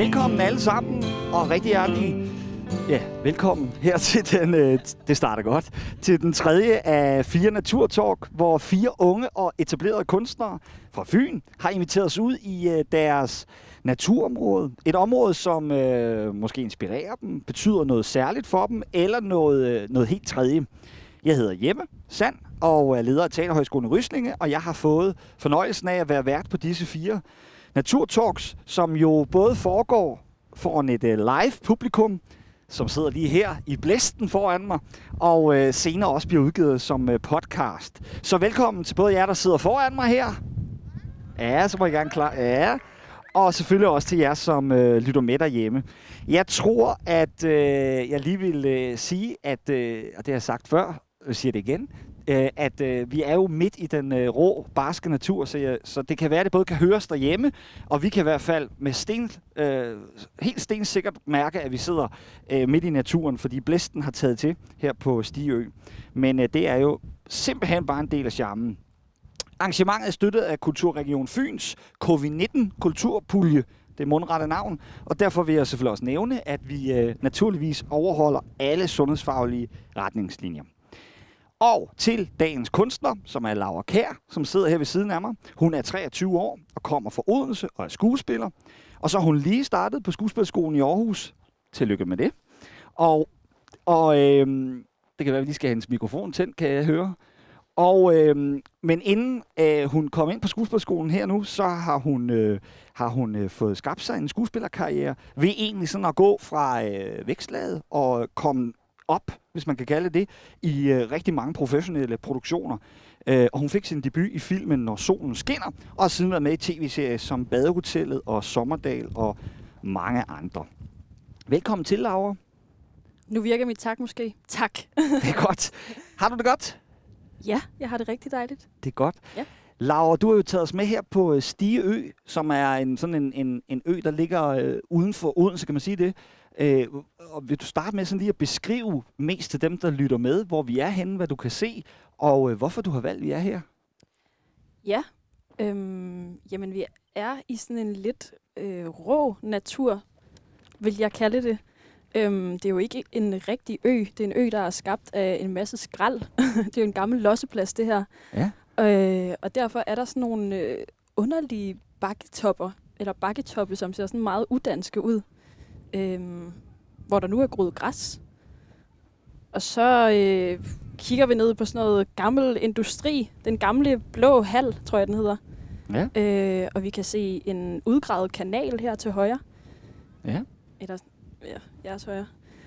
Velkommen alle sammen, og rigtig hjertelig velkommen her til det starter godt, til den tredje af 4 Naturtalk, hvor 4 unge og etablerede kunstnere fra Fyn har inviteret os ud i deres naturområde. Et område, som måske inspirerer dem, betyder noget særligt for dem, eller noget helt tredje. Jeg hedder Jeppe Sand og er leder af Teaterhøjskolen Ryslinge, og jeg har fået fornøjelsen af at være vært på disse 4 Naturtalks, som jo både foregår foran et live publikum, som sidder lige her i blæsten foran mig, og senere også bliver udgivet som podcast. Så velkommen til både jer, der sidder foran mig her. Ja, så må jeg gerne klar. Ja. Og selvfølgelig også til jer, som lytter med derhjemme. Jeg tror, at jeg lige vil sige, at, og det har jeg sagt før, jeg siger det igen, at vi er jo midt i den rå, barske natur, så det kan være, at det både kan høres derhjemme, og vi kan i hvert fald med helt stensikkert mærke, at vi sidder midt i naturen, fordi blæsten har taget til her på Stiø. Men det er jo simpelthen bare en del af charmen. Arrangementet er støttet af Kulturregion Fyns COVID-19-kulturpulje, det mundrette navn, og derfor vil jeg selvfølgelig også nævne, at vi naturligvis overholder alle sundhedsfaglige retningslinjer. Og til dagens kunstner, som er Laura Kjær, som sidder her ved siden af mig. Hun er 23 år og kommer fra Odense og er skuespiller. Og så har hun lige startet på Skuespillerskolen i Aarhus. Tillykke med det. Og det kan være, at vi lige skal have hendes mikrofon tændt, kan jeg høre. Men inden hun kom ind på Skuespillerskolen her nu, så har hun fået skabt sig en skuespillerkarriere ved egentlig sådan at gå fra vækstlaget og komme op, hvis man kan kalde det, i rigtig mange professionelle produktioner. Og hun fik sin debut i filmen Når solen skinner, og har siden været med i tv-serier som Badehotellet og Sommerdal og mange andre. Velkommen til, Laura. Nu virker mit tak måske. Tak. Det er godt. Har du det godt? Ja, jeg har det rigtig dejligt. Det er godt. Ja. Laura, du har jo taget os med her på Stiø, som er en ø, der ligger uden for Odense, kan man sige det. Og vil du starte med sådan lige at beskrive mest til dem, der lytter med, hvor vi er henne, hvad du kan se, og hvorfor du har valgt, vi er her? Ja, jamen vi er i sådan en lidt rå natur, vil jeg kalde det. Det er jo ikke en rigtig ø, det er en ø, der er skabt af en masse skrald. Det er jo en gammel losseplads, det her. Ja. Og derfor er der sådan nogle underlige bakketoppe, som ser sådan meget udanske ud. Hvor der nu er groet græs. Og så kigger vi ned på sådan noget gammel industri. Den gamle blå hal, tror jeg den hedder. Ja. Og vi kan se en udgravet kanal her til højre. Ja. Eller, ja, jeres højre.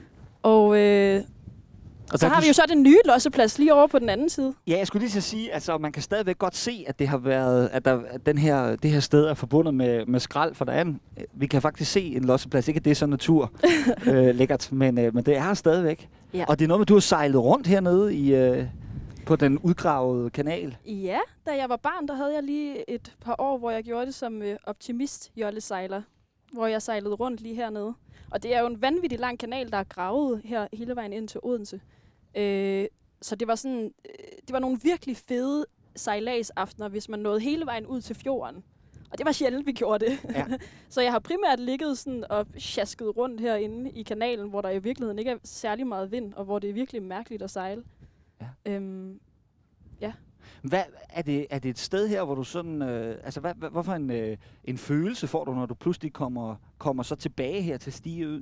Og så har vi jo så den nye losseplads lige over på den anden side. Ja, jeg skulle lige så sige, altså man kan stadigvæk godt se, at det har været, at det her sted er forbundet med skrald, for vi kan faktisk se en losseplads. Ikke at det er så natur lækkert, men det er her stadigvæk. Ja. Og det er noget med, du har sejlet rundt hernede på den udgravede kanal. Ja, da jeg var barn, der havde jeg lige et par år, hvor jeg gjorde det som optimist-jollesejler, hvor jeg sejlede rundt lige hernede. Og det er jo en vanvittig lang kanal, der er gravet her hele vejen ind til Odense. Så det var sådan, det var nogle virkelig fede sejladsaftener, hvis man nåede hele vejen ud til fjorden. Og det var sjældent, vi gjorde det. Ja. Så jeg har primært ligget sådan og sjasket rundt herinde i kanalen, hvor der i virkeligheden ikke er særlig meget vind, og hvor det er virkelig mærkeligt at sejle. Ja. Ja. Hvad, er det et sted her, hvor du sådan, hvorfor en følelse får du, når du pludselig kommer så tilbage her til Stiø?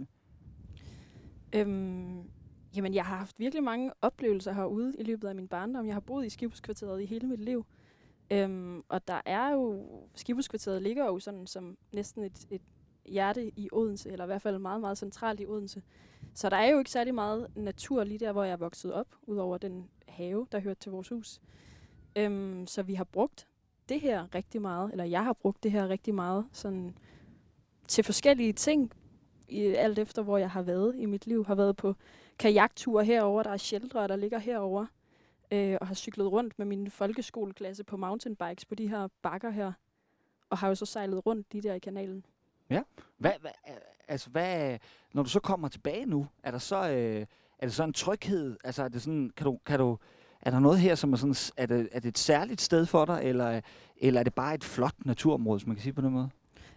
Jamen, jeg har haft virkelig mange oplevelser herude i løbet af min barndom. Jeg har boet i Skibhuskvarteret i hele mit liv. Og der er jo, Skibhuskvarteret ligger jo sådan som næsten et hjerte i Odense, eller i hvert fald meget, meget centralt i Odense. Så der er jo ikke særlig meget natur lige der, hvor jeg er vokset op, udover den have, der hørte til vores hus. Så vi har brugt det her rigtig meget, eller jeg har brugt det her rigtig meget sådan til forskellige ting, alt efter hvor jeg har været i mit liv. Har været på kajakture herover, der er sheltere, der ligger herover, og har cyklet rundt med min folkeskoleklasse på mountainbikes på de her bakker her, og har jo så sejlet rundt de der i kanalen. Ja. Hvad, når du så kommer tilbage nu, er det så en tryghed? Altså er det sådan, er der noget her, som er sådan, er det et særligt sted for dig, eller er det bare et flot naturområde, som man kan sige på den måde?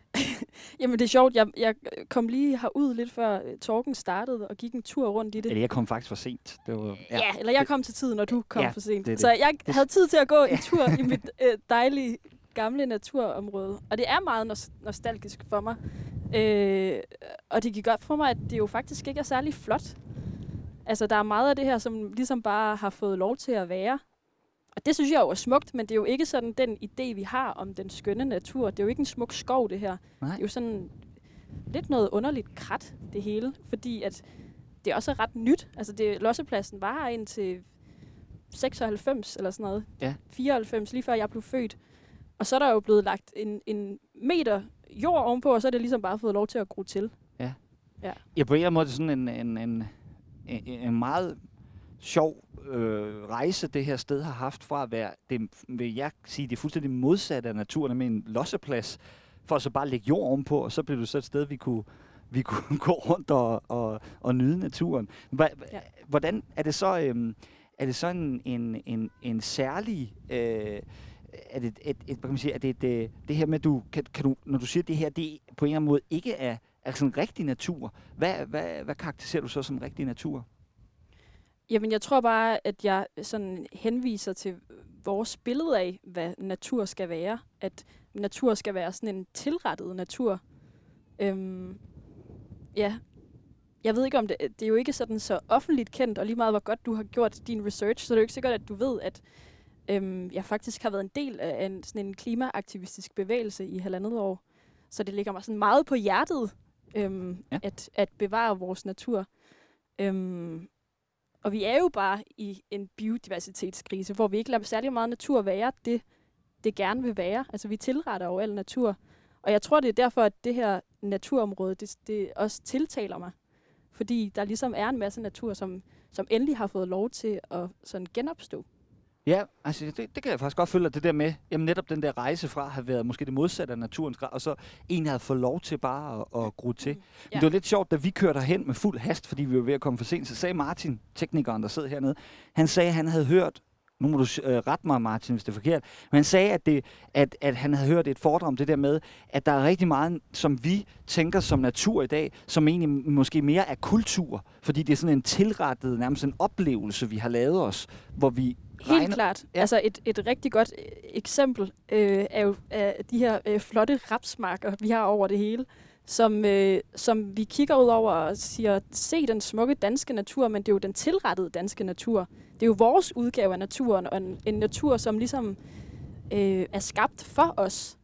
Jamen det er sjovt, jeg kom lige herud lidt før talken startede og gik en tur rundt i det. Eller jeg kom faktisk for sent. Det var, Ja, eller jeg kom til tiden, når du kom for sent. Det. Så jeg havde tid til at gå en tur i mit dejlige gamle naturområde. Og det er meget nostalgisk for mig. Og det gik op for mig, at det jo faktisk ikke er særlig flot. Altså der er meget af det her, som ligesom bare har fået lov til at være. Og det synes jeg jo er smukt, men det er jo ikke sådan den idé, vi har om den skønne natur. Det er jo ikke en smuk skov, det her. Nej. Det er jo sådan lidt noget underligt krat, det hele. Fordi at det også er ret nyt. Altså lossepladsen var her indtil 96 eller sådan noget. Ja. 94, lige før jeg blev født. Og så er der jo blevet lagt en meter jord ovenpå, og så er det ligesom bare fået lov til at gro til. Ja. Ja. Ja, på en eller anden måde sådan en meget sjov rejse, det her sted har haft fra at være, det vil jeg sige, det er fuldstændig modsatte af naturen, med en losseplads, for så bare lægge jord ovenpå, og så blev det så et sted, vi kunne gå rundt og nyde naturen. Hvordan er det så, en særlig, er det det her med, kan du, når du siger, at det her det på en eller anden måde ikke er sådan rigtig natur, hvad karakteriserer du så som rigtig natur? Jamen, jeg tror bare, at jeg sådan henviser til vores billede af, hvad natur skal være. At natur skal være sådan en tilrettet natur. Ja. Jeg ved ikke om det er jo ikke sådan så offentligt kendt, og lige meget hvor godt du har gjort din research, så er det jo ikke sikkert, at du ved, at jeg faktisk har været en del af sådan en klimaaktivistisk bevægelse i 1,5 år. Så det ligger mig sådan meget på hjertet, at bevare vores natur. Og vi er jo bare i en biodiversitetskrise, hvor vi ikke lader særlig meget natur være det gerne vil være. Altså vi tilretter jo al natur. Og jeg tror, det er derfor, at det her naturområde, det også tiltaler mig. Fordi der ligesom er en masse natur, som endelig har fået lov til at sådan genopstå. Ja, altså det kan jeg faktisk godt følge, det der med, jamen netop den der rejse fra at have været måske det modsatte af naturens grad, og så egentlig havde fået lov til bare at gro til. Men det var lidt sjovt, da vi kørte hen med fuld hast, fordi vi var ved at komme for sent, så sagde Martin, teknikeren, der sidder hernede, han sagde, at han havde hørt, nu må du rette mig, Martin, hvis det er forkert, men han sagde, at han havde hørt et foredrag om det der med, at der er rigtig meget, som vi tænker som natur i dag, som egentlig måske mere er kultur, fordi det er sådan en tilrettet, nærmest en oplevelse, vi har lavet os, hvor vi Helt klart. Ja. Altså et rigtig godt eksempel er jo de her flotte rapsmarker, vi har over det hele, som vi kigger ud over og siger, se den smukke danske natur, men det er jo den tilrettede danske natur. Det er jo vores udgave af naturen, og en natur, som ligesom er skabt for os.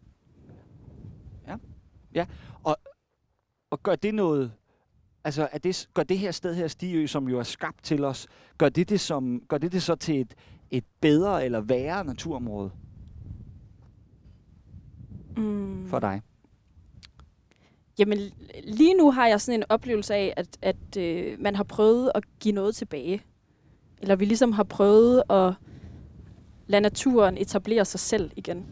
Ja. Og gør det noget... Altså, gør det her sted her, Stiø, som jo er skabt til os, gør det så til et bedre eller værre naturområde for dig? Jamen, lige nu har jeg sådan en oplevelse af, at man har prøvet at give noget tilbage. Eller vi ligesom har prøvet at lade naturen etablere sig selv igen.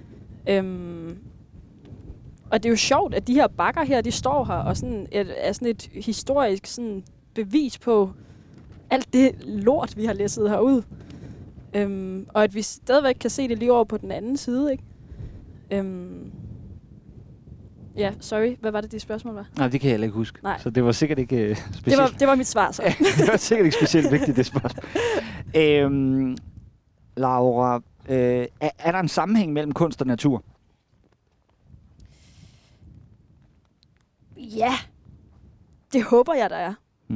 Og det er jo sjovt, at de her bakker her, de står her, og sådan er sådan et historisk sådan bevis på alt det lort, vi har læsset herud. Og at vi stadigvæk kan se det lige over på den anden side, ikke? Ja, sorry. Hvad var det, spørgsmål var? Nej, det kan jeg ikke huske. Nej. Så det var sikkert ikke specielt. Det var mit svar, så. Det var sikkert ikke specielt vigtigt, det spørgsmål. Laura, er der en sammenhæng mellem kunst og natur? Ja, det håber jeg, der er.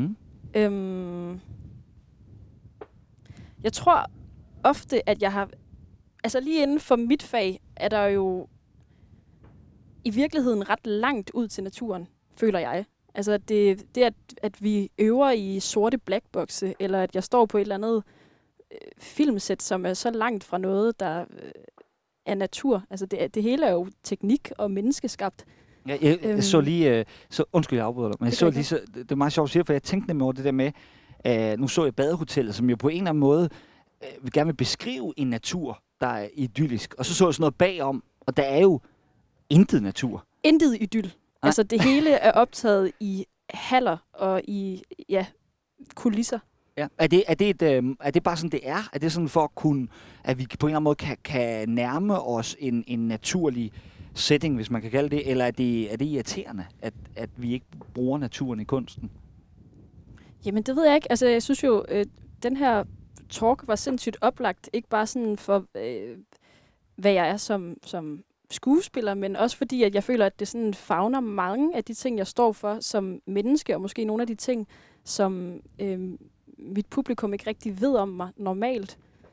Jeg tror ofte, at jeg har... Altså lige inden for mit fag, er der jo i virkeligheden ret langt ud til naturen, føler jeg. Altså det at vi øver i sorte blackboxe, eller at jeg står på et eller andet filmsæt, som er så langt fra noget, der er natur. Altså det hele er jo teknik og menneskeskabt. Ja, jeg så lige, undskyld, jeg afbryder dig, men jeg så lige, det er meget sjovt at sige, for jeg tænkte nemlig over det der med, nu så jeg Badehotellet, som jo på en eller anden måde vil gerne vil beskrive en natur, der er idyllisk, og så jeg sådan noget bagom, og der er jo intet natur. Intet idyl. Nej. Altså det hele er optaget i haller og i kulisser. Ja. Er det bare sådan, det er? Er det sådan for at kunne, at vi på en eller anden måde kan nærme os en naturlig setting, hvis man kan kalde det, eller er det irriterende, at vi ikke bruger naturen i kunsten? Jamen, det ved jeg ikke. Altså, jeg synes jo, den her talk var sindssygt oplagt. Ikke bare sådan for, hvad jeg er som skuespiller, men også fordi, at jeg føler, at det sådan favner mange af de ting, jeg står for som menneske, og måske nogle af de ting, som mit publikum ikke rigtig ved om mig normalt.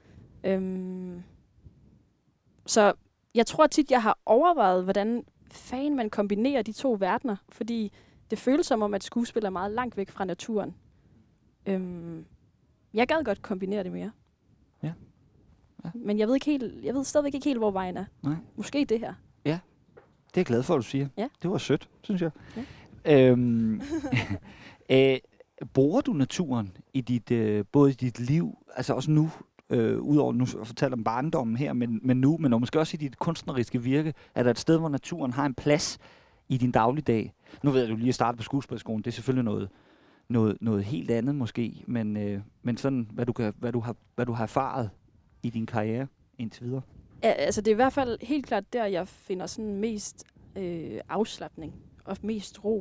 Så jeg tror tit, jeg har overvejet, hvordan fanden man kombinerer de to verdener, fordi det føles som om, at skuespil er meget langt væk fra naturen. Jeg gad godt kombinere det mere. Ja. Men jeg ved stadigvæk ikke helt, hvor vejen er. Nej. Måske det her. Ja, det er jeg glad for, at du siger. Ja. Det var sødt, synes jeg. Ja. Bruger du naturen i dit, både i dit liv, altså også nu, udover nu fortæller om barndommen her, men nu, men måske også i dit kunstneriske virke, er der et sted, hvor naturen har en plads i din dagligdag? Nu ved jeg, at du lige er startet på skuespilskolen, det er selvfølgelig noget helt andet måske, men sådan, hvad du har erfaret i din karriere indtil videre? Ja, altså det er i hvert fald helt klart der, jeg finder sådan mest afslapning og mest ro.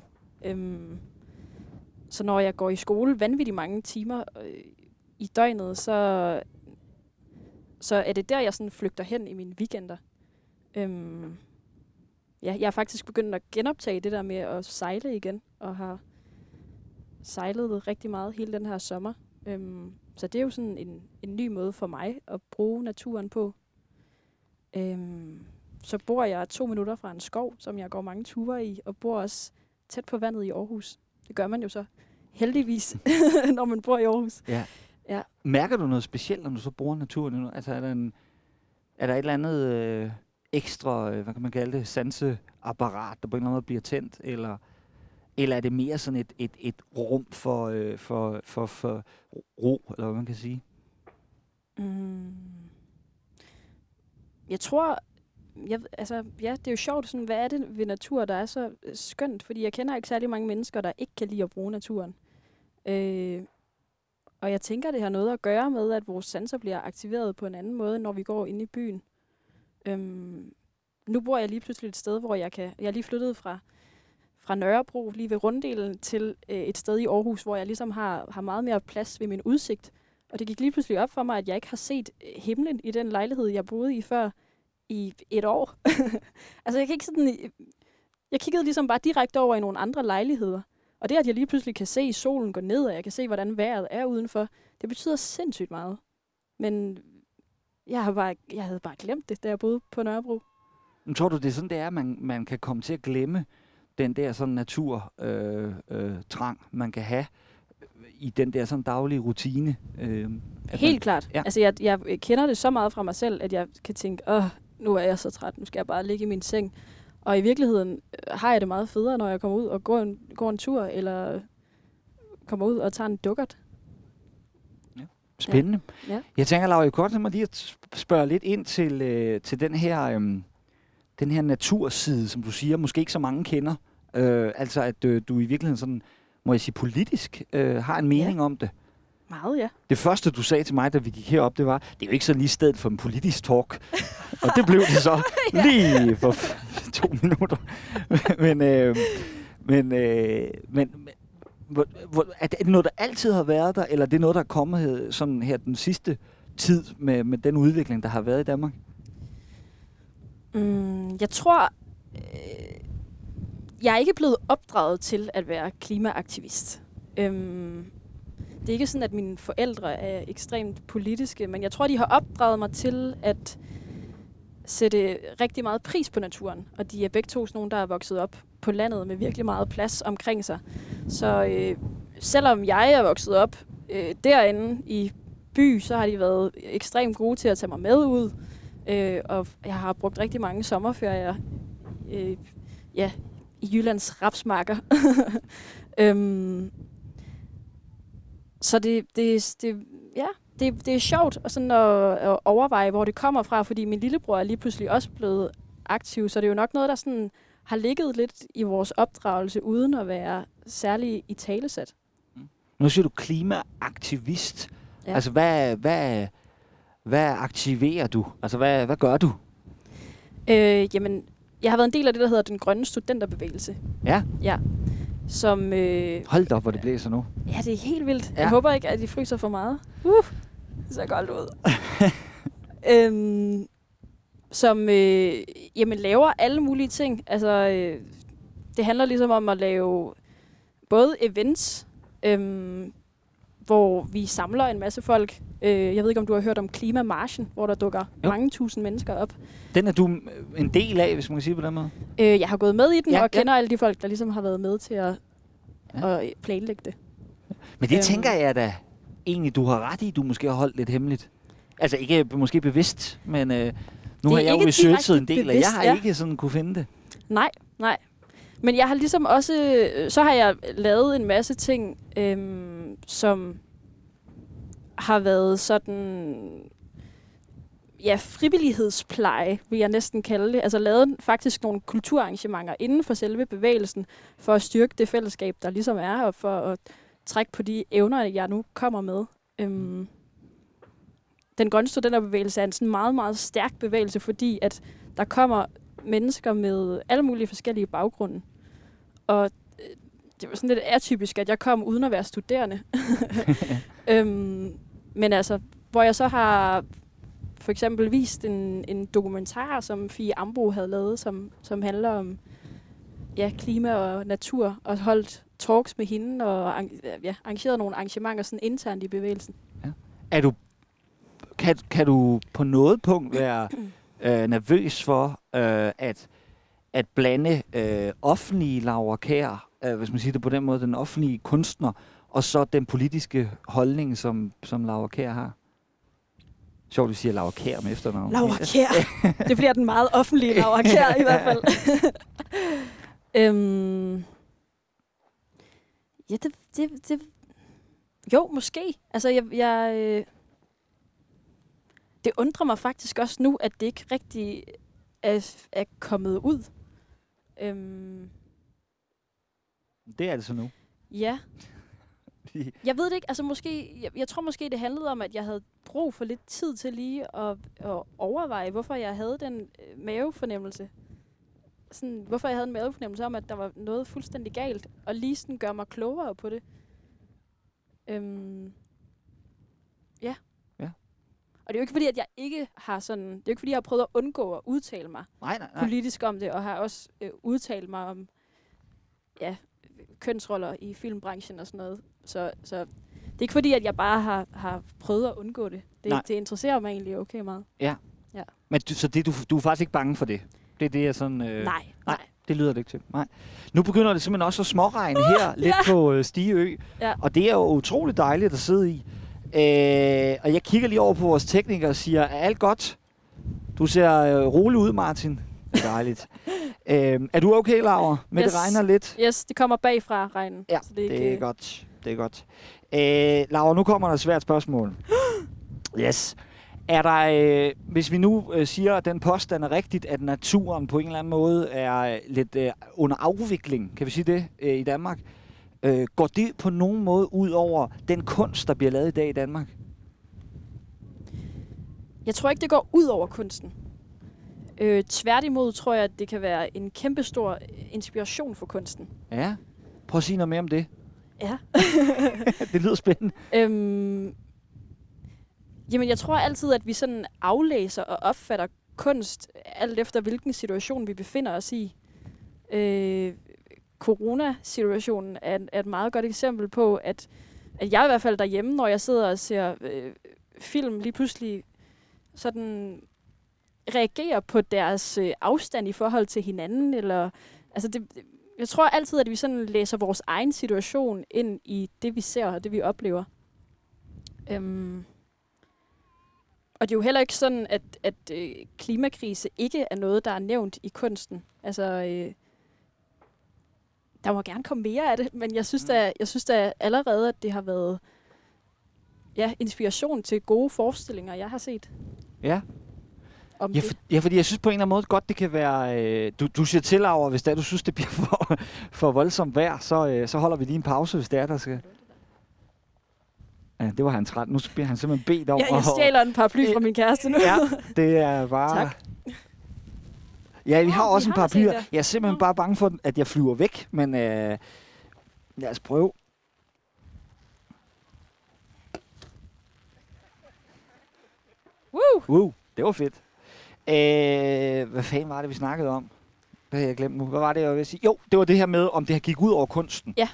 Så når jeg går i skole vanvittigt mange timer i døgnet, så er det der, jeg sådan flygter hen i mine weekender. Jeg har faktisk begyndt at genoptage det der med at sejle igen, og har sejlet rigtig meget hele den her sommer. Så det er jo sådan en ny måde for mig at bruge naturen på. Så bor jeg 2 minutter fra en skov, som jeg går mange ture i, og bor også tæt på vandet i Aarhus. Det gør man jo så heldigvis, når man bor i Aarhus. Ja. Ja. Mærker du noget specielt, når du så bruger naturen? Altså er der et eller andet ekstra, hvad kan man kalde det, sanseapparat, der på en eller anden måde bliver tændt, eller er det mere sådan et rum for ro, eller hvad man kan sige? Jeg tror, det er jo sjovt, sådan, hvad er det ved natur, der er så skønt? Fordi jeg kender ikke særlig mange mennesker, der ikke kan lide at bruge naturen. Og jeg tænker, det har noget at gøre med, at vores sanser bliver aktiveret på en anden måde, når vi går ind i byen. Nu bor jeg lige pludselig et sted, hvor jeg er lige flyttet fra Nørrebro, lige ved Runddelen, til et sted i Aarhus, hvor jeg ligesom har meget mere plads ved min udsigt. Og det gik lige pludselig op for mig, at jeg ikke har set himlen i den lejlighed, jeg boede i før i 1 år. Altså jeg kiggede ligesom bare direkte over i nogle andre lejligheder. Og det, at jeg lige pludselig kan se solen gå ned, og jeg kan se, hvordan vejret er udenfor, det betyder sindssygt meget. Men jeg havde bare glemt det, da jeg boede på Nørrebro. Men tror du, det er sådan, det er, man kan komme til at glemme den der sådan naturtrang, man kan have i den der sådan daglige rutine? Helt klart. Ja. Altså, jeg kender det så meget fra mig selv, at jeg kan tænke, nu er jeg så træt, nu skal jeg bare ligge i min seng. Og i virkeligheden har jeg det meget federe, når jeg kommer ud og går en tur, eller kommer ud og tager en dukkert. Ja. Spændende. Ja. Jeg tænker, Laura, jeg kunne godt tænke mig lige at spørge lidt ind til den her naturside, som du siger, måske ikke så mange kender. Altså, at du i virkeligheden sådan, må jeg sige, politisk har en mening om det. Meget, ja. Det første, du sagde til mig, da vi gik herop, det var, det er jo ikke så lige stedet for en politisk talk. Og det blev det så lige for 2 minutter. Men er det noget, der altid har været der, eller er det noget, der er kommet sådan her den sidste tid med den udvikling, der har været i Danmark? Jeg tror, jeg er ikke blevet opdraget til at være klimaaktivist. Det er ikke sådan, at mine forældre er ekstremt politiske, men jeg tror, de har opdraget mig til at sætte rigtig meget pris på naturen. Og de er begge to sådan nogle, der er vokset op på landet med virkelig meget plads omkring sig. Så selvom jeg er vokset op derinde i by, så har de været ekstremt gode til at tage mig med ud. Og jeg har brugt rigtig mange sommerferier i Jyllands rapsmarker. Så det er sjovt at, sådan at overveje, hvor det kommer fra, fordi min lillebror er lige pludselig også blevet aktiv, så det er jo nok noget, der sådan har ligget lidt i vores opdragelse, uden at være særlig italesat. Nu siger du klimaaktivist. Ja. Altså, hvad aktiverer du? Altså, hvad gør du? Jamen, Jeg har været en del af det, der hedder den grønne studenterbevægelse. Ja. Ja. Som... Hold da op, hvor det blæser nu. Ja, det er helt vildt. Ja. Jeg håber ikke, at de fryser for meget. Det ser koldt ud. Som jamen, laver alle mulige ting. Altså, det handler ligesom om at lave både events, hvor vi samler en masse folk. Jeg ved ikke, om du har hørt om Klimamarchen, hvor der dukker mange tusind mennesker op. Den er du en del af, hvis man kan sige på den måde? Jeg har gået med i den, og kender alle de folk, der ligesom har været med til at planlægge det. Men det tænker jeg da egentlig, du har ret i, du måske har holdt lidt hemmeligt. Altså ikke måske bevidst, men nu har jeg jo researchet en del, og jeg har ikke sådan kunne finde det. Nej. Men jeg har ligesom også, så har jeg lavet en masse ting, som har været sådan, ja, frivillighedspleje, vil jeg næsten kalde det. Altså lavet faktisk nogle kulturarrangementer inden for selve bevægelsen, for at styrke det fællesskab, der ligesom er, og for at trække på de evner, jeg nu kommer med. Den grønne studenterbevægelse er en sådan meget, meget stærk bevægelse, fordi at der kommer mennesker med alle mulige forskellige baggrunde. Og det var sådan lidt atypisk, at jeg kom uden at være studerende. Men altså, hvor jeg så har for eksempel vist en dokumentar, som Fie Ambo havde lavet, som handler om klima og natur, og holdt talks med hende, og arrangeret nogle arrangementer sådan internt i bevægelsen. Ja. Kan du på noget punkt være nervøs for at blande offentlige Laura Kjær, hvis man siger det på den måde, den offentlige kunstner, og så den politiske holdning, som Laura Kjær har? Sjovt, du siger Laura Kjær med efternavn. Laura Kjær. Det bliver den meget offentlige Laura Kjær i hvert fald. Ja, det jo, måske. Altså, jeg det undrer mig faktisk også nu, at det ikke rigtig er kommet ud. Det er det så nu. Ja. Jeg ved det ikke. Altså måske, jeg tror måske, det handlede om, at jeg havde brug for lidt tid til lige at overveje, hvorfor jeg havde den mavefornemmelse. Sådan, hvorfor jeg havde en mavefornemmelse om, at der var noget fuldstændig galt, og lige sådan gøre mig klogere på det. Ja. Og det er jo ikke fordi, at jeg ikke har sådan... Det er jo ikke fordi, jeg har prøvet at undgå at udtale mig politisk om det, og har også udtalt mig om kønsroller i filmbranchen og sådan noget. Så det er ikke fordi, at jeg bare har prøvet at undgå det. Det interesserer mig egentlig okay meget. Ja. Men du er faktisk ikke bange for det? Det er det, jeg sådan... Nej. Det lyder det ikke til. Nej. Nu begynder det simpelthen også at småregne her, lidt på Stigeø. Ja. Og det er jo utroligt dejligt at sidde i. Og jeg kigger lige over på vores tekniker og siger, er alt godt? Du ser rolig ud, Martin. Dejligt. Er du okay, Laura? Men det regner lidt? Yes, det kommer bagfra regnen. Ja, så det er godt. Det er godt. Laura, nu kommer der et svært spørgsmål. Yes. Er der, hvis vi nu siger, at den påstand er rigtigt, at naturen på en eller anden måde er lidt under afvikling, kan vi sige det, i Danmark? Går det på nogen måde ud over den kunst, der bliver lavet i dag i Danmark? Jeg tror ikke, det går ud over kunsten. Tværtimod tror jeg, at det kan være en kæmpestor inspiration for kunsten. Ja, prøv at sige noget mere om det. Ja. Det lyder spændende. Jamen, jeg tror altid, at vi sådan aflæser og opfatter kunst, alt efter hvilken situation vi befinder os i. Corona-situationen er et meget godt eksempel på, at jeg i hvert fald derhjemme, når jeg sidder og ser film, lige pludselig sådan reagerer på deres afstand i forhold til hinanden. Eller, altså jeg tror altid, at vi sådan læser vores egen situation ind i det, vi ser og det, vi oplever. Og det er jo heller ikke sådan, at klimakrise ikke er noget, der er nævnt i kunsten. Altså, der må gerne komme mere af det, men jeg synes da allerede, at det har været inspiration til gode forestillinger, jeg har set. Ja. Fordi jeg synes på en eller anden måde godt, det kan være... Du siger til, Laura, hvis du synes, det bliver for voldsomt vejr, så holder vi lige en pause, hvis det er, der skal... Ja, det var han træt. Nu bliver han simpelthen bedt om... Jeg stjæler en paraply fra min kæreste nu. Ja, det er bare... Tak. Ja, vi har vi også en har par set byer. det. Jeg er simpelthen bare bange for, at jeg flyver væk, men lad os prøve. Det var fedt. Hvad fanden var det, vi snakkede om? Det har jeg glemt nu. Hvad var det, jeg ville sige? Jo, det var det her med, om det her gik ud over kunsten. Ja.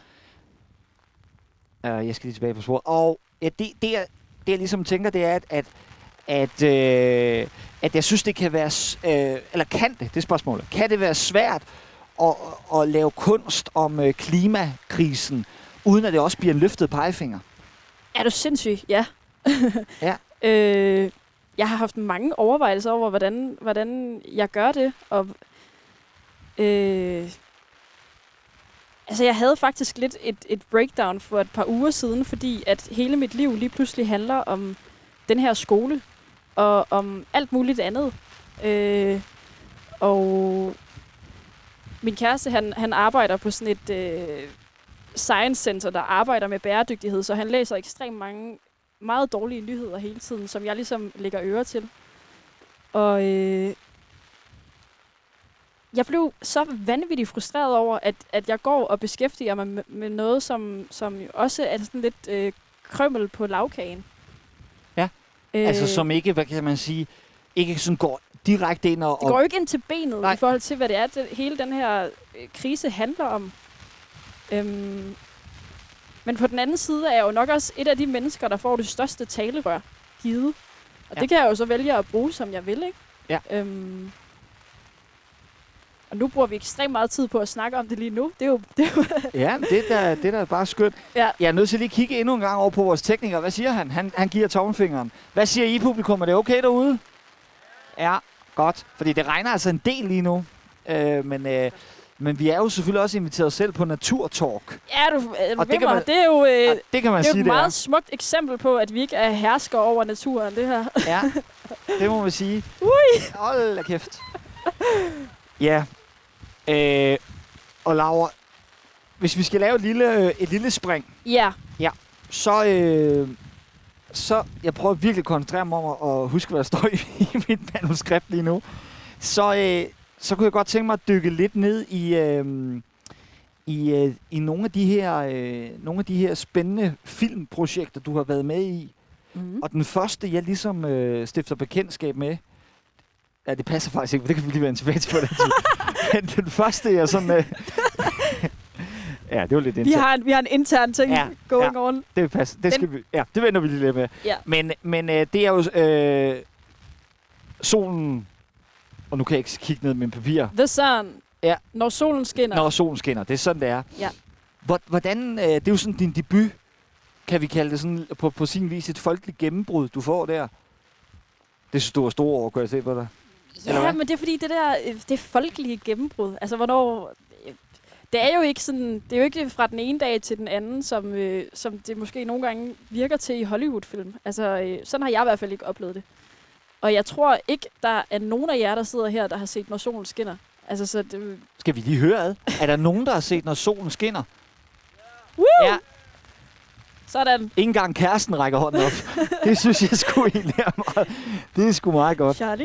Jeg skal lige tilbage på sporet. Og det jeg ligesom tænker, det er, at jeg synes, det kan være... eller kan det er spørgsmålet. Kan det være svært at lave kunst om klimakrisen, uden at det også bliver en løftet pegefinger? Er du sindssyg? Ja. Ja. Jeg har haft mange overvejelser over, hvordan jeg gør det. Og, altså, jeg havde faktisk lidt et breakdown for et par uger siden, fordi at hele mit liv lige pludselig handler om den her skole og om alt muligt andet. Og min kæreste, han arbejder på sådan et science center, der arbejder med bæredygtighed, så han læser ekstremt mange meget dårlige nyheder hele tiden, som jeg ligesom lægger øre til. Og jeg blev så vanvittigt frustreret over, at jeg går og beskæftiger mig med noget, som også er sådan lidt krømmel på lavkagen. Ja, altså som ikke, hvad kan man sige, ikke sådan går direkte ind og... Det går jo ikke ind til benet. Nej. I forhold til, hvad det er, hele den her krise handler om. Men på den anden side er jeg jo nok også et af de mennesker, der får det største talerør givet. Og det kan jeg jo så vælge at bruge, som jeg vil, ikke? Ja. Og nu bruger vi ekstremt meget tid på at snakke om det lige nu. Det er jo Ja, det er da bare skønt. Ja. Jeg er nødt til lige at kigge endnu en gang over på vores tekniker. Hvad siger han? Han giver tommelfingeren. Hvad siger I, publikum? Er det okay derude? Ja, godt. Fordi det regner altså en del lige nu. Men vi er jo selvfølgelig også inviteret selv på Naturtalk. Ja, du Og det, det er jo, det kan man det er sige, jo et meget smukt eksempel på, at vi ikke er herskere over naturen, det her. Ja, det må man sige. Ui! Hold da kæft. Ja. Og Laura, hvis vi skal lave et lille spring, Ja. så jeg prøver virkelig at koncentrere mig om at huske, hvad der står i mit manuskript lige nu. Så kunne jeg godt tænke mig at dykke lidt ned i nogle af de her spændende filmprojekter, du har været med i. Mm. Og den første, jeg ligesom stifter bekendtskab med, ja, det passer faktisk ikke, for det kan vi lige vende tilbage til på den tid. Men den første, jeg sådan... ja, det var lidt internt. Vi har en intern ting going on. Det passer. Det vender vi lige lidt med. Ja. Men det er jo solen... Og nu kan jeg ikke kigge ned med min papir. The sun. Ja. Når solen skinner. Når solen skinner. Det er sådan, det er. Ja. Hvordan... det er jo sådan din debut, kan vi kalde det sådan, på sin vis et folkeligt gennembrud, du får der. Det synes du var store år, kan jeg se på dig. Ja, men det er fordi, det folkelige gennembrud. Altså, hvornår... Det er jo ikke sådan... Det er jo ikke fra den ene dag til den anden, som det måske nogle gange virker til i Hollywood-film. Altså, sådan har jeg i hvert fald ikke oplevet det. Og jeg tror ikke, der er nogen af jer, der sidder her, der har set, når solen skinner. Altså, så det... Skal vi lige høre ad? Er der nogen, der har set, når solen skinner? Woo! Ja. Sådan. Ikke engang kæresten rækker hånden op. Det synes jeg sgu egentlig er meget... Det er sgu meget godt. Charlie.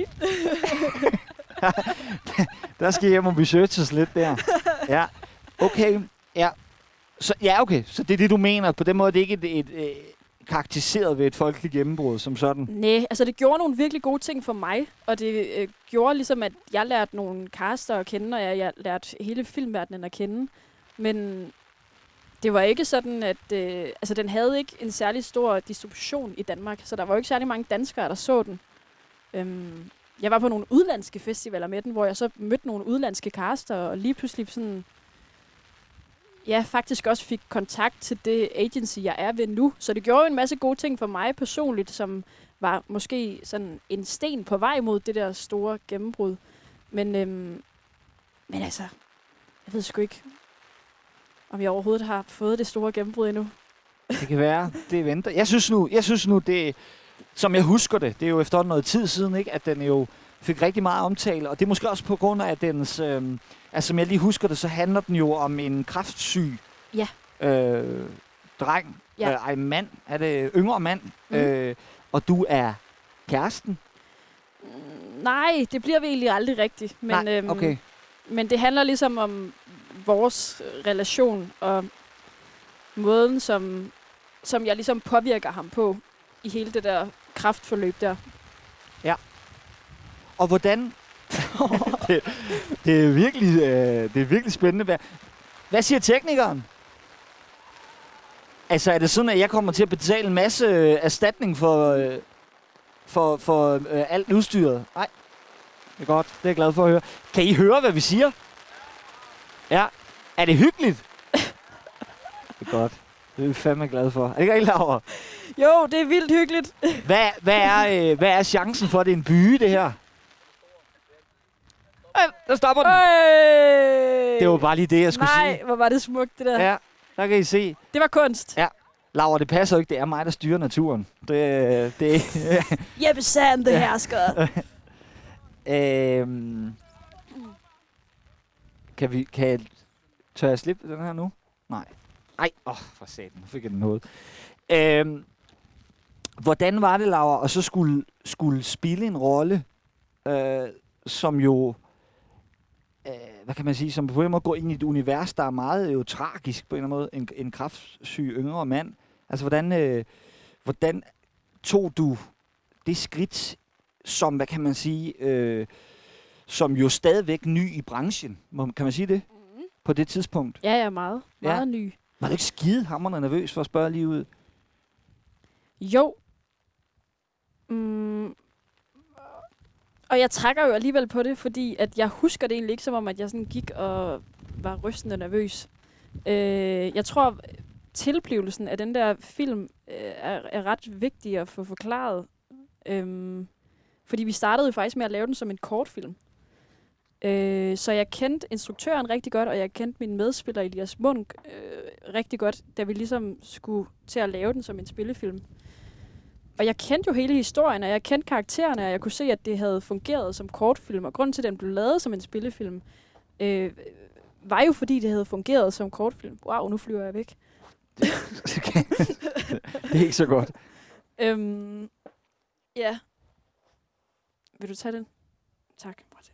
Der skal hjem og researches lidt der. Ja, okay. Ja. Så, ja, okay. Så det er det, du mener. På den måde det er ikke et karakteriseret ved et folkeligt gennembrud som sådan. Nej, altså det gjorde nogle virkelig gode ting for mig. Og det gjorde ligesom, at jeg lærte nogle caster at kende, og jeg lærte hele filmverdenen at kende. Men det var ikke sådan, at... altså den havde ikke en særlig stor distribution i Danmark. Så der var jo ikke særlig mange danskere, der så den. Jeg var på nogle udlandske festivaler med den, hvor jeg så mødte nogle udlandske caster, og lige pludselig sådan... Ja, faktisk også fik kontakt til det agency, jeg er ved nu. Så det gjorde jo en masse gode ting for mig personligt, som var måske sådan en sten på vej mod det der store gennembrud. Men altså, jeg ved sgu ikke, om jeg overhovedet har fået det store gennembrud endnu. Det kan være, det venter. Jeg synes nu, det, som jeg husker det, det er jo efterhånden noget tid siden, ikke, at den jo fik rigtig meget omtale. Og det er måske også på grund af, at dens... altså, som jeg lige husker det, så handler den jo om en kræftsyg dreng. Ja. Mand. Er det yngre mand? Og du er kæresten? Nej, det bliver vi egentlig aldrig rigtigt. Men, Nej, okay. Men det handler ligesom om vores relation og måden, som jeg ligesom påvirker ham på i hele det der kraftforløb der. Ja. Og hvordan... det er virkelig spændende. Hvad siger teknikeren? Altså, er det sådan, at jeg kommer til at betale en masse erstatning for alt udstyret? Nej. Det er godt. Det er jeg glad for at høre. Kan I høre, hvad vi siger? Ja. Er det hyggeligt? Det er godt. Det er vi fandme glad for. Er det ikke rigtig, Laura? Jo, det er vildt hyggeligt. Hvad er chancen for, at det er en byge, det her? Der stopper den. Det var bare lige det, jeg skulle sige. Nej, hvor var det smukt, det der. Ja, der kan I se. Det var kunst. Ja. Laura, det passer ikke. Det er mig, der styrer naturen. Det Jeppe Sand, det hersker. Tør jeg slippe den her nu? Nej. Ej, for satan. Nu fik jeg den noget. Hvordan var det, Laura, og så skulle spille en rolle, som jo, hvad kan man sige, som på en måde går ind i et univers, der er meget jo tragisk på en eller anden måde, en kræftsyg yngre mand. Altså, hvordan tog du det skridt, som, hvad kan man sige, som jo stadigvæk ny i branchen? Kan man sige det? Mm-hmm. På det tidspunkt? Ja, meget ny. Var du ikke skidehamrende nervøs for at spørge lige ud? Jo. Og jeg trækker jo alligevel på det, fordi at jeg husker det egentlig ikke som om, at jeg sådan gik og var rystende nervøs. Jeg tror, tilblivelsen af den der film er ret vigtig at få forklaret. Fordi vi startede jo faktisk med at lave den som en kortfilm. Så jeg kendte instruktøren rigtig godt, og jeg kendte min medspiller Elias Munk rigtig godt, da vi ligesom skulle til at lave den som en spillefilm. Og jeg kendte jo hele historien, og jeg kendte karaktererne, og jeg kunne se, at det havde fungeret som kortfilm. Og grunden til, at den blev lavet som en spillefilm, var jo fordi, det havde fungeret som kortfilm. Wow, nu flyver jeg væk. Det er ikke så godt. Ja. Vil du tage den? Tak, Martin.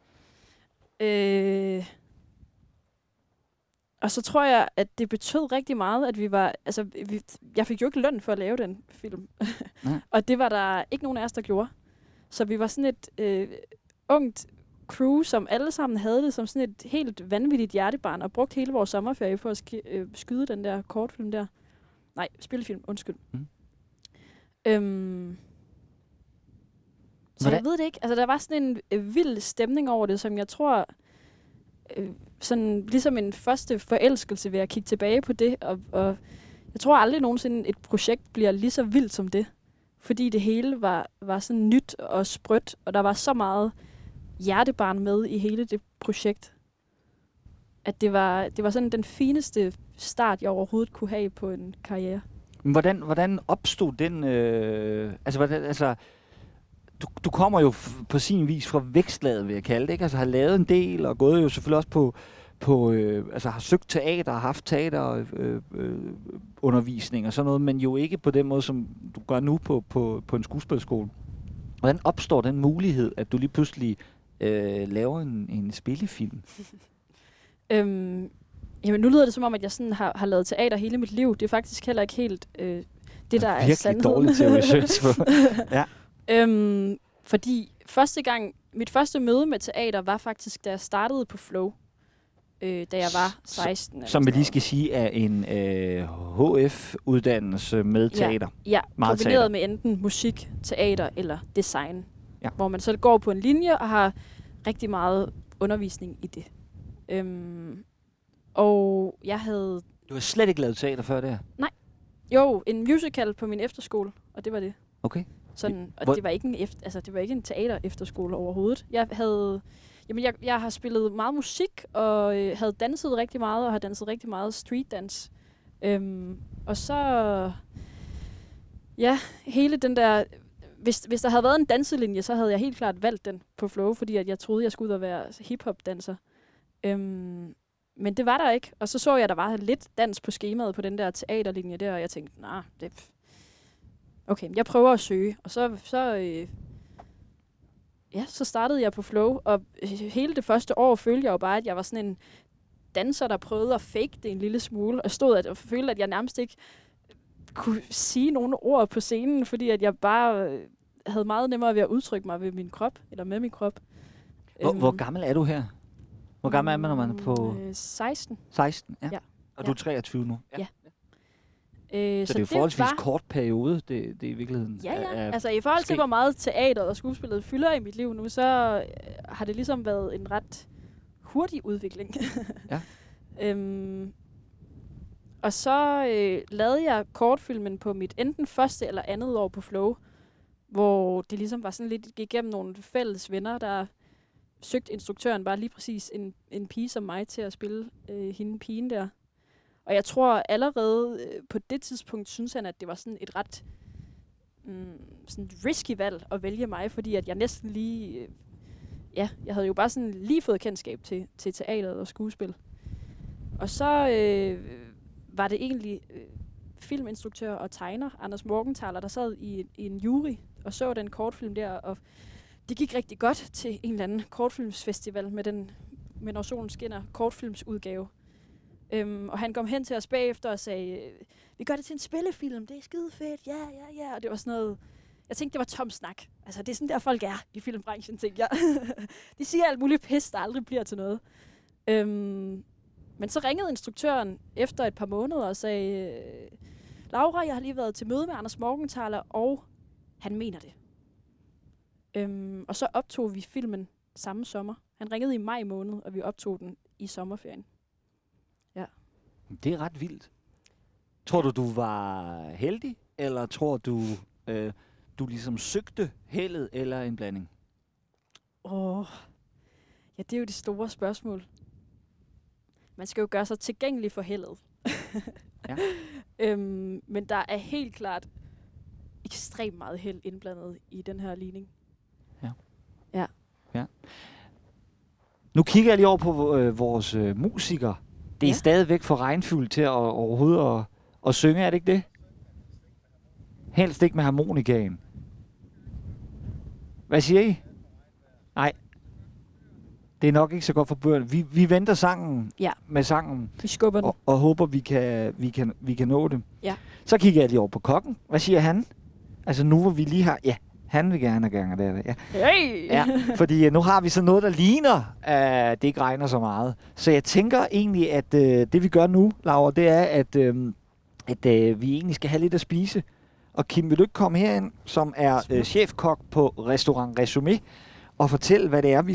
Og så tror jeg, at det betød rigtig meget, at vi var... Altså, jeg fik jo ikke løn for at lave den film. Og det var der ikke nogen af os, der gjorde. Så vi var sådan et ungt crew, som alle sammen havde det som sådan et helt vanvittigt hjertebarn, og brugte hele vores sommerferie på at skyde den der kortfilm der. Nej, spillefilm, undskyld. Så jeg ved det ikke. Altså, der var sådan en vild stemning over det, som jeg tror... sådan ligesom en første forelskelse ved at kigge tilbage på det, og jeg tror aldrig nogensinde et projekt bliver lige så vildt som det, fordi det hele var sådan nyt og sprødt, og der var så meget hjertebarn med i hele det projekt, at det var sådan den fineste start, jeg overhovedet kunne have på en karriere. Hvordan opstod den, du kommer jo på sin vis fra vækstlaget, vil jeg kalde det, ikke? Altså har lavet en del, og gået jo selvfølgelig også altså har søgt teater, har haft teaterundervisning og sådan noget, men jo ikke på den måde, som du gør nu på en skuespilskole. Hvordan opstår den mulighed, at du lige pludselig laver en spillefilm? Jamen, nu lyder det som om, at jeg sådan har lavet teater hele mit liv. Det er faktisk heller ikke helt det, der er sandheden. Virkelig dårligt til at research på. Ja. Fordi mit første møde med teater var faktisk, da jeg startede på Flow, da jeg var 16. Som vi lige skal sige, er en HF-uddannelse med teater. Ja, kombineret med enten musik, teater eller design. Ja. Hvor man så går på en linje og har rigtig meget undervisning i det. Og jeg havde... Du har slet ikke lavet teater før det her? Nej. Jo, en musical på min efterskole, og det var det. Okay. Sådan, og det var ikke en teater efterskole overhovedet. Jeg har spillet meget musik og havde danset rigtig meget og har danset rigtig meget street dance. Og så hele den der hvis der havde været en danselinje, så havde jeg helt klart valgt den på Flow, fordi at jeg troede jeg skulle ud og være hiphop danser. Men det var der ikke, og så jeg der var lidt dans på skemaet på den der teaterlinje der, og jeg tænkte, okay, jeg prøver at søge, og så ja, så startede jeg på Flow, og hele det første år følte jeg jo bare, at jeg var sådan en danser, der prøvede at fake det en lille smule, og stod og følte, at jeg nærmest ikke kunne sige nogle ord på scenen, fordi at jeg bare havde meget nemmere ved at udtrykke mig ved min krop, eller med min krop. Hvor gammel er du her? Hvor gammel er man, når man er på... 16. 16, ja. Ja. Og du er 23 nu? Ja. Så det er jo forholdsvis kort periode, det i virkeligheden Ja. Altså i forhold til, hvor meget teater og skuespillet fylder i mit liv nu, så har det ligesom været en ret hurtig udvikling. Ja. Og så lavede jeg kortfilmen på mit enten første eller andet år på Flow, hvor det ligesom var sådan lidt gik igennem nogle fælles venner, der søgte instruktøren bare lige præcis en pige som mig til at spille hende pigen der. Og jeg tror allerede på det tidspunkt synes han, at det var sådan et ret sådan risky valg at vælge mig, fordi at jeg næsten lige... jeg havde jo bare sådan lige fået kendskab til teateret og skuespil. Og så var det egentlig filminstruktør og tegner, Anders Morgenthaler, der sad i en jury og så den kortfilm der, og det gik rigtig godt til en eller anden kortfilmsfestival med Når Solen Skinner kortfilmsudgave. Og han kom hen til os bagefter og sagde, vi gør det til en spillefilm, det er skide fedt, ja. Og det var sådan noget, jeg tænkte, det var tom snak. Altså, det er sådan der, folk er i filmbranchen, tænkte jeg. De siger alt muligt pis, der aldrig bliver til noget. Men så ringede instruktøren efter et par måneder og sagde, Laura, jeg har lige været til møde med Anders Morgenthaler, og han mener det. Og så optog vi filmen samme sommer. Han ringede i maj måned, og vi optog den i sommerferien. Ja. Det er ret vildt. Tror du var heldig, eller tror du, du ligesom søgte heldet, eller en blanding? Ja, det er jo det store spørgsmål. Man skal jo gøre sig tilgængelig for heldet. Ja. Men der er helt klart ekstremt meget held indblandet i den her ligning. Ja. Nu kigger jeg lige over på vores musikere. Det er stadigvæk for regnfyldt til at overhovedet at synge, er det ikke det? Helst ikke med harmonikaen. Hvad siger I? Nej. Det er nok ikke så godt for børn. Vi venter sangen med sangen. Vi skubber den. Og håber, vi kan nå det. Ja. Så kigger jeg lige over på kokken. Hvad siger han? Altså nu hvor vi lige har... Ja, han vil gerne have det. Ja. Hey! Ja, fordi nu har vi så noget, der ligner, at det ikke regner så meget. Så jeg tænker egentlig, at det vi gør nu, Laura, det er, at vi egentlig skal have lidt at spise. Og Kim, vil du ikke komme herind, som er chefkok på Restaurant Resumé, og fortælle, hvad det er, vi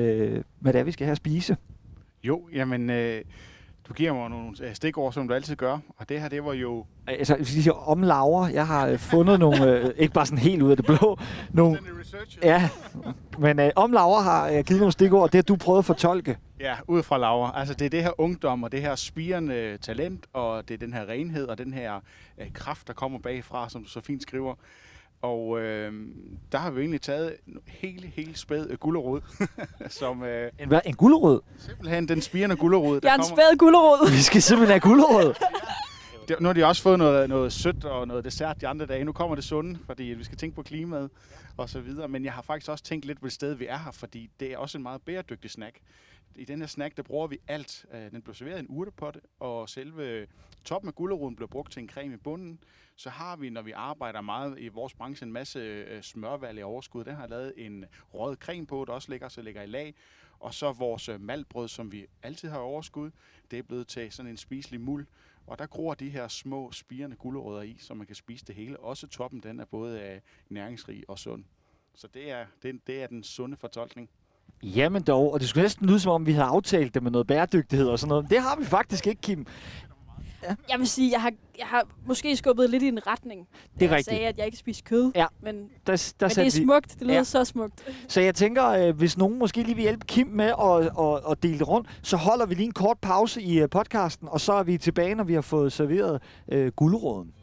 skal have at spise? Jo, jamen, du giver mig nogle stikord, som du altid gør, og det her, det var jo... Altså, hvis jeg siger om Laura, jeg har fundet nogle, ikke bare sådan helt ud af det blå, nogle... Ja, men om Laura har jeg givet nogle stikord, og det har du prøvet at fortolke. Ja, ud fra Laura. Altså, det er det her ungdom, og det her spirende talent, og det er den her renhed, og den her kraft, der kommer bagfra, som du så fint skriver. Og der har vi egentlig taget en helt spæd gulerod. som, en gulerod? Simpelthen den spirende gulerod. Jeg er en spæd gulerod. Vi skal simpelthen have gulerod. Nu har de også fået noget sødt og noget dessert de andre dage. Nu kommer det sunde, fordi vi skal tænke på klimaet og så videre. Men jeg har faktisk også tænkt lidt på det sted, vi er her, fordi det er også en meget bæredygtig snack. I den her snack, der bruger vi alt. Den bliver serveret i en urtepotte, og selve toppen af guleroden bliver brugt til en creme i bunden. Så har vi, når vi arbejder meget i vores branche, en masse smørvalg i overskud. Den har lavet en rød creme på, der også ligger i lag. Og så vores maltbrød, som vi altid har i overskud, det er blevet til sådan en spiselig muld. Og der gror de her små, spirende gulerødder i, så man kan spise det hele. Også toppen, den er både næringsrig og sund. Så det er den sunde fortolkning. Jamen dog, og det skulle næsten lyde som om, vi havde aftalt det med noget bæredygtighed og sådan noget. Det har vi faktisk ikke, Kim. Ja. Jeg vil sige, jeg har måske skubbet lidt i en retning. Det er rigtigt. Jeg sagde, at jeg ikke spiser kød, ja. men men det er smukt. Det lyder så smukt. Så jeg tænker, hvis nogen måske lige vil hjælpe Kim med at dele det rundt, så holder vi lige en kort pause i podcasten, og så er vi tilbage, når vi har fået serveret guleroden.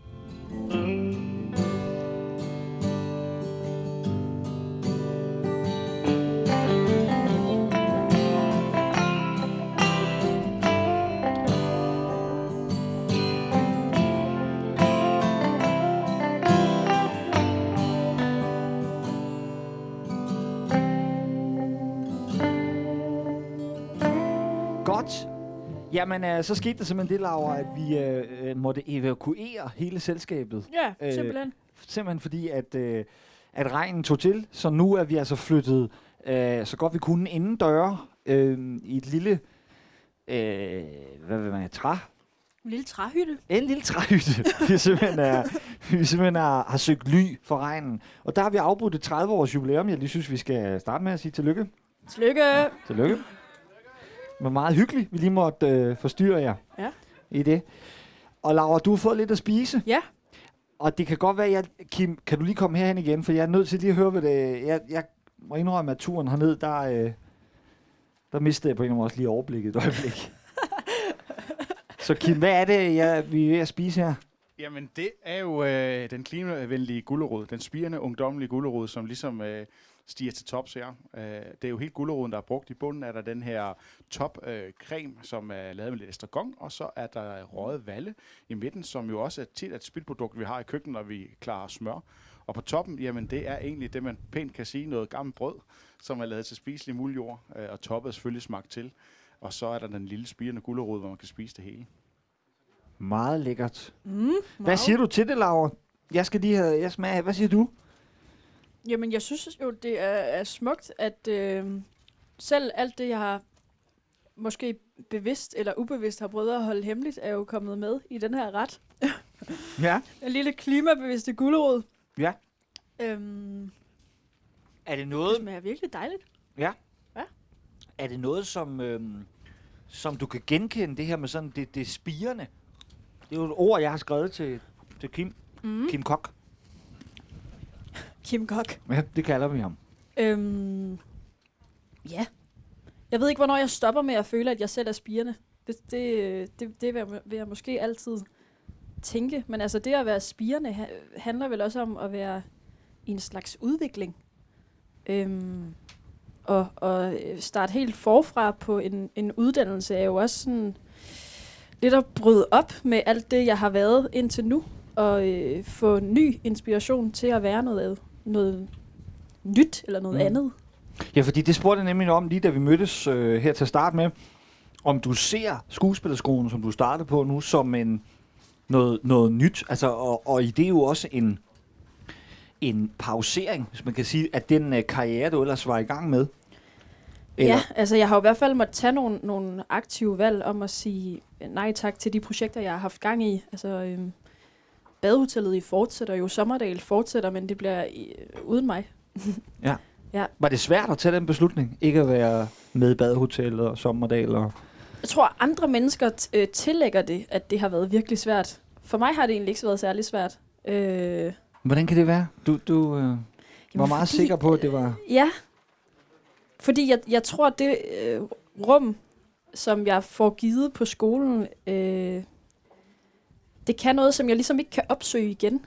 Godt. Jamen, så skete der simpelthen det, Laura, at vi måtte evakuere hele selskabet. Ja, simpelthen. Simpelthen fordi, at regnen tog til. Så nu er vi altså flyttet så godt vi kunne inden døre i et lille, hvad vil man have, En lille træhytte. En lille træhytte. vi simpelthen har søgt ly for regnen. Og der har vi afbrudt et 30-års jubilæum. Jeg lige synes, vi skal starte med at sige tillykke. Tillykke. Tillykke. Det var meget hyggeligt, vi lige måtte forstyrre jer i det. Og Laura, du har fået lidt at spise. Ja. Og det kan godt være, Kim, kan du lige komme herhen igen? For jeg er nødt til lige at høre, hvad det jeg må indrømme, at turen herned, der mistede jeg på en måde også lige overblikket et øjeblik. Så Kim, hvad er det, vi er ved at spise her? Jamen, det er jo den klimavenlige gulerod, den spirende, ungdommelige gulerod, som ligesom stiger til tops her. Det er jo helt guleroden, der er brugt. I bunden er der den her topcreme, som er lavet med lidt estragon, og så er der røget valle i midten, som jo også er tit et spildprodukt, vi har i køkkenet, når vi klarer smør. Og på toppen, jamen det er egentlig det, man pænt kan sige, noget gammelt brød, som er lavet til spiselig muljord, og toppet er selvfølgelig smagt til. Og så er der den lille spirende gulerod, hvor man kan spise det hele. Meget lækkert. Hvad siger du til det, Laura? Jeg skal lige have smag. Hvad siger du? Jamen, jeg synes jo, det er smukt, at selv alt det, jeg har måske bevidst eller ubevidst har prøvet at holde hemmeligt, er jo kommet med i den her ret. Ja. En lille klimabevidste gulerod. Ja. Er det noget? Det smager virkelig dejligt. Ja. Er det noget, som du kan genkende, det her med sådan det spirende? Det er jo et ord, jeg har skrevet til Kim. Kim Kok. Kim Kok. Ja, det kalder vi ham. Ja. Jeg ved ikke, hvornår jeg stopper med at føle, at jeg selv er spirende. Det vil jeg måske altid tænke. Men altså, det at være spirende handler vel også om at være i en slags udvikling. Og starte helt forfra på en uddannelse er jo også sådan lidt at bryde op med alt det, jeg har været indtil nu. Og få ny inspiration til at være noget nyt eller noget andet. Ja, fordi det spurgte jeg nemlig om, lige da vi mødtes her til at starte med, om du ser skuespillerskolen, som du startede på nu, som noget nyt. Altså, og i det er jo også en pausering, hvis man kan sige, at den karriere, du ellers var i gang med. Eller? Ja, altså jeg har i hvert fald måttet tage nogle aktive valg om at sige nej tak til de projekter, jeg har haft gang i. Altså Badehotellet i fortsætter jo, Sommerdal fortsætter, men det bliver uden mig. Ja. Ja. Var det svært at tage den beslutning? Ikke at være med i Badehotellet og Sommerdal? Og jeg tror, andre mennesker tillægger det, at det har været virkelig svært. For mig har det egentlig ikke været særlig svært. Hvordan kan det være? Du var meget sikker på, at det var... Ja, fordi jeg tror, at det rum, som jeg får givet på skolen, det kan noget, som jeg ligesom ikke kan opsøge igen.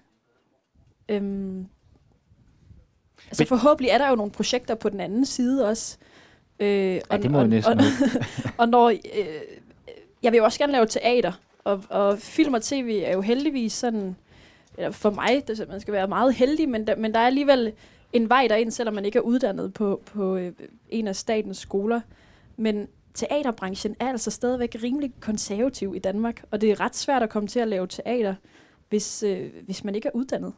Altså forhåbentlig er der jo nogle projekter på den anden side også. Det må jeg næsten og når... jeg vil jo også gerne lave teater, og film og tv er jo heldigvis sådan... Eller for mig, man skal være meget heldig, men der er alligevel en vej derind, selvom man ikke er uddannet på en af statens skoler. Men teaterbranchen er altså stadigvæk rimelig konservativ i Danmark, og det er ret svært at komme til at lave teater, hvis man ikke er uddannet.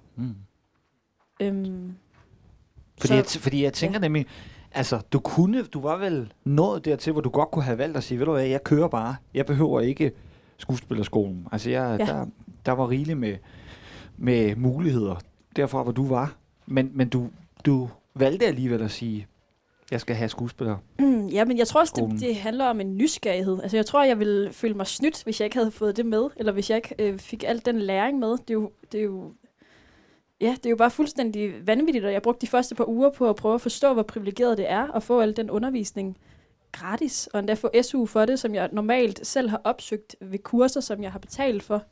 Fordi jeg tænker nemlig, altså du var vel nået dertil, hvor du godt kunne have valgt at sige, ved du hvad, jeg kører bare, jeg behøver ikke skuespillerskolen. Altså der var rigeligt med muligheder derfra, hvor du var. Men du valgte alligevel at sige, jeg skal have skuespiller. Ja, men jeg tror også, det handler om en nysgerrighed. Altså jeg tror, jeg ville føle mig snydt, hvis jeg ikke havde fået det med, eller hvis jeg ikke fik al den læring med. Det er jo bare fuldstændig vanvittigt, og jeg brugte de første par uger på at prøve at forstå, hvor privilegeret det er at få al den undervisning gratis, og endda få SU for det, som jeg normalt selv har opsøgt ved kurser, som jeg har betalt for.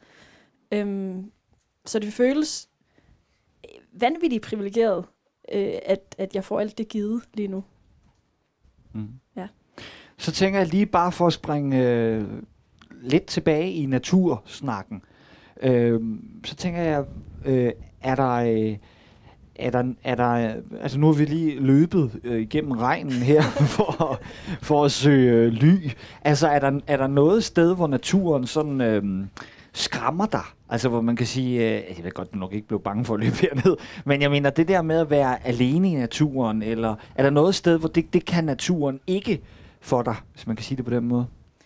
Så det føles vanvittigt privilegeret, at jeg får alt det givet lige nu. Ja. Så tænker jeg lige bare for at springe lidt tilbage i natursnakken. Så tænker jeg, er der, altså nu har vi lige løbet igennem regnen her for at søge ly. Altså er der noget sted, hvor naturen sådan skræmmer dig? Altså hvor man kan sige, jeg ved godt, du nok ikke blev bange for at løbe herned, men jeg mener det der med at være alene i naturen, eller er der noget sted, hvor det kan naturen ikke for dig, hvis man kan sige det på den måde?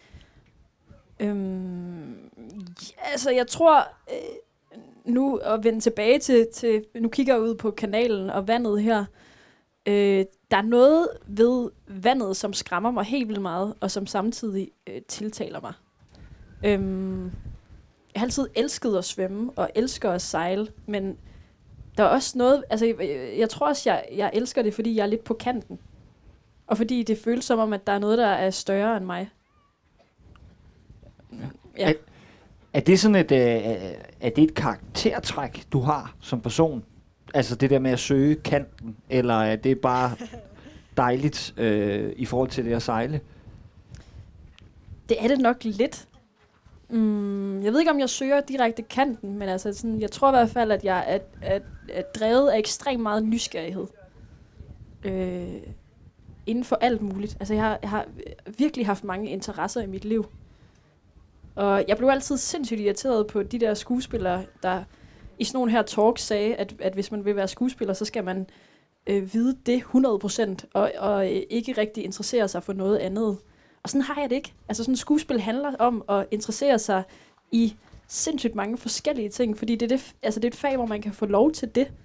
Altså jeg tror... Nu at vende tilbage til... Nu kigger jeg ud på kanalen og vandet her. Der er noget ved vandet, som skræmmer mig helt vildt meget, og som samtidig tiltaler mig. Jeg har altid elsket at svømme, og elsker at sejle, men der er også noget... Altså, jeg tror også, jeg elsker det, fordi jeg er lidt på kanten. Og fordi det føles som om, at der er noget, der er større end mig. Ja. Er det sådan et karaktertræk, du har som person? Altså det der med at søge kanten, eller er det bare dejligt i forhold til det at sejle? Det er det nok lidt. Jeg ved ikke, om jeg søger direkte kanten, men altså sådan, jeg tror i hvert fald, at jeg er drevet af ekstremt meget nysgerrighed. Inden for alt muligt. Altså jeg har virkelig haft mange interesser i mit liv. Og jeg blev altid sindssygt irriteret på de der skuespillere, der i sådan nogle her talks sagde, at hvis man vil være skuespiller, så skal man vide det 100%, og ikke rigtig interessere sig for noget andet. Og sådan har jeg det ikke. Altså sådan et skuespil handler om at interessere sig i sindssygt mange forskellige ting, fordi det er et fag, hvor man kan få lov til det.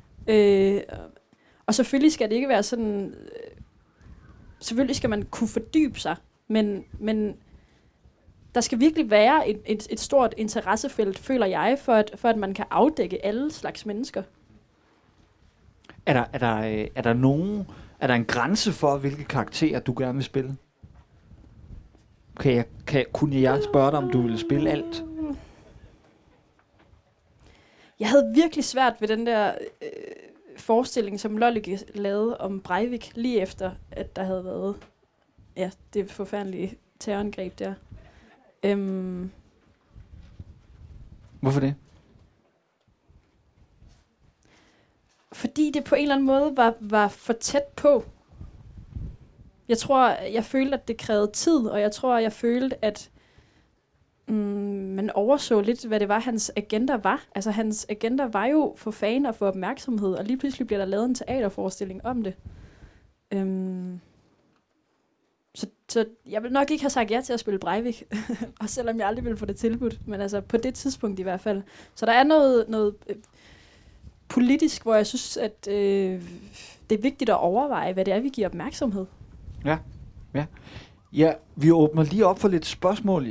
Og selvfølgelig skal det ikke være sådan... selvfølgelig skal man kunne fordybe sig, men der skal virkelig være et stort interessefelt, føler jeg, for at man kan afdække alle slags mennesker. Er der en grænse for, hvilke karakterer du gerne vil spille? Kunne jeg spørge dig, om du ville spille alt? Jeg havde virkelig svært ved den der forestilling, som Lollike lavede om Breivik, lige efter, at der havde været det forfærdelige terrorangreb der. Hvorfor det? Fordi det på en eller anden måde var for tæt på. Jeg tror, jeg følte, at det krævede tid, og jeg tror, jeg følte, at man overså lidt, hvad det var, hans agenda var. Altså, hans agenda var jo for fan og for opmærksomhed, og lige pludselig bliver der lavet en teaterforestilling om det. Så jeg vil nok ikke have sagt ja til at spille Breivik, og selvom jeg aldrig ville få det tilbudt, men altså på det tidspunkt i hvert fald. Så der er noget politisk, hvor jeg synes, at det er vigtigt at overveje, hvad det er, vi giver opmærksomhed. Ja, vi åbner lige op for lidt spørgsmål.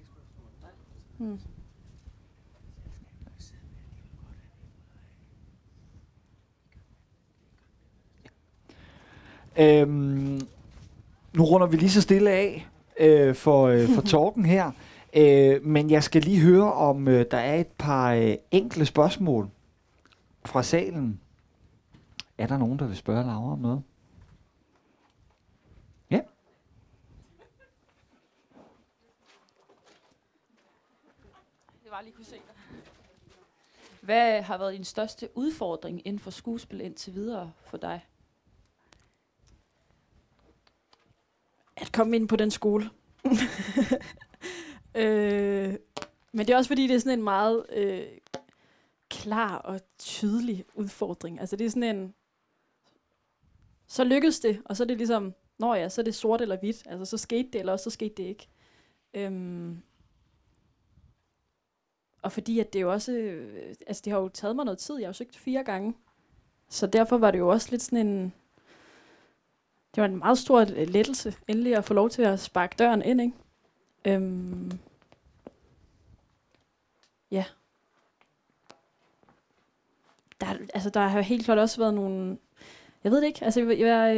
Nu runder vi lige så stille af for talken her. Men jeg skal lige høre, om der er et par enkle spørgsmål fra salen. Er der nogen, der vil spørge Laura om noget? Ja. Det var lige kunne se dig. Hvad har været din største udfordring inden for skuespil indtil videre for dig? At komme ind på den skole. Men det er også fordi, det er sådan en meget klar og tydelig udfordring. Altså det er sådan en... Så lykkedes det, og så er det ligesom... Nå ja, så er det sort eller hvidt. Altså så skete det, eller også så skete det ikke. Og fordi at det jo også... altså det har jo taget mig noget tid. Jeg har jo søgt 4 gange. Så derfor var det jo også lidt sådan en... Det var en meget stor lettelse, endelig at få lov til at sparke døren ind, ikke? Ja. Der har helt klart også været nogle... Jeg ved det ikke, altså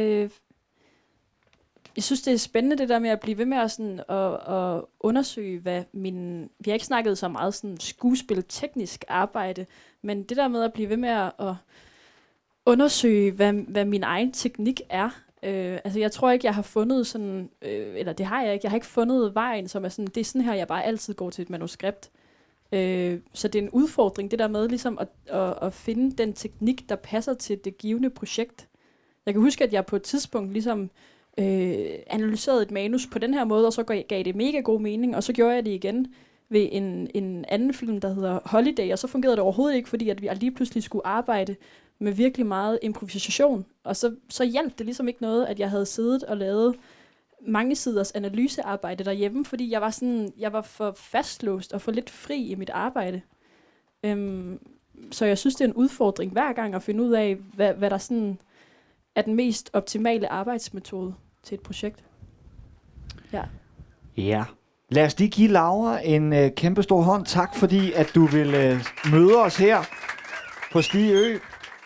jeg synes, det er spændende det der med at blive ved med at undersøge, hvad vi har ikke snakket så meget sådan skuespil-teknisk arbejde, men det der med at blive ved med at undersøge, hvad min egen teknik er. Altså jeg tror ikke, jeg har fundet sådan, eller det har jeg ikke. Jeg har ikke fundet vejen, som er sådan, det er sådan her, jeg bare altid går til et manuskript. Så det er en udfordring, det der med ligesom at finde den teknik, der passer til det givende projekt. Jeg kan huske, at jeg på et tidspunkt ligesom analyserede et manus på den her måde, og så gav det mega god mening, og så gjorde jeg det igen ved en anden film, der hedder Holiday, og så fungerede det overhovedet ikke, fordi at vi lige pludselig skulle arbejde med virkelig meget improvisation, og så hjalp det ligesom ikke noget, at jeg havde siddet og lavet mange siders analysearbejde derhjemme, fordi jeg var for fastlåst og for lidt fri i mit arbejde. Så jeg synes, det er en udfordring hver gang at finde ud af, hvad der sådan er den mest optimale arbejdsmetode til et projekt. Ja. Ja. Lad os lige give Laura en kæmpe stor hånd. Tak fordi, at du vil møde os her på Stige Ø.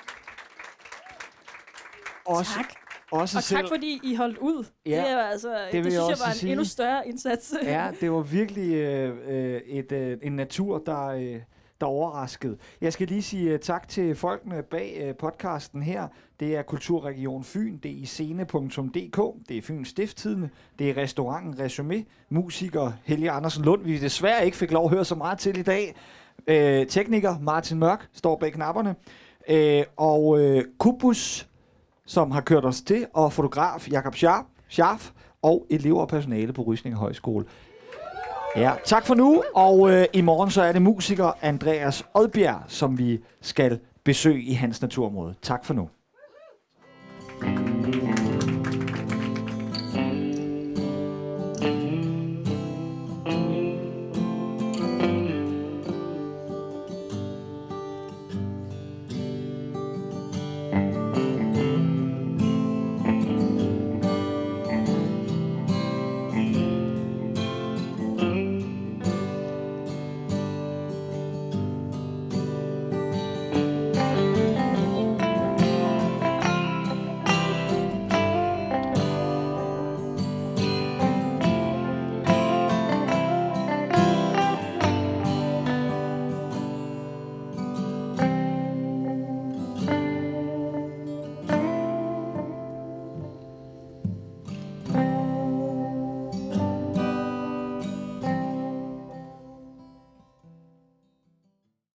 Også, Tak. Også og tak fordi I holdt ud. Ja, det synes jeg var en endnu større indsats. Ja, det var virkelig en natur, der overraskede. Jeg skal lige sige tak til folkene bag podcasten her. Det er Kulturregion Fyn, det er iscene.dk, det er Fyns Stiftstidende, det er restauranten Resumé, musiker Helge Andersen Lund, vi desværre ikke fik lov at høre så meget til i dag. Tekniker Martin Mørk står bag knapperne. Og Kubus, som har kørt os til, og fotograf Jakob Scharf og elever og personale på Rysninge Højskole. Ja, tak for nu, og i morgen så er det musiker Andreas Odbjerg, som vi skal besøge i hans naturområde. Tak for nu.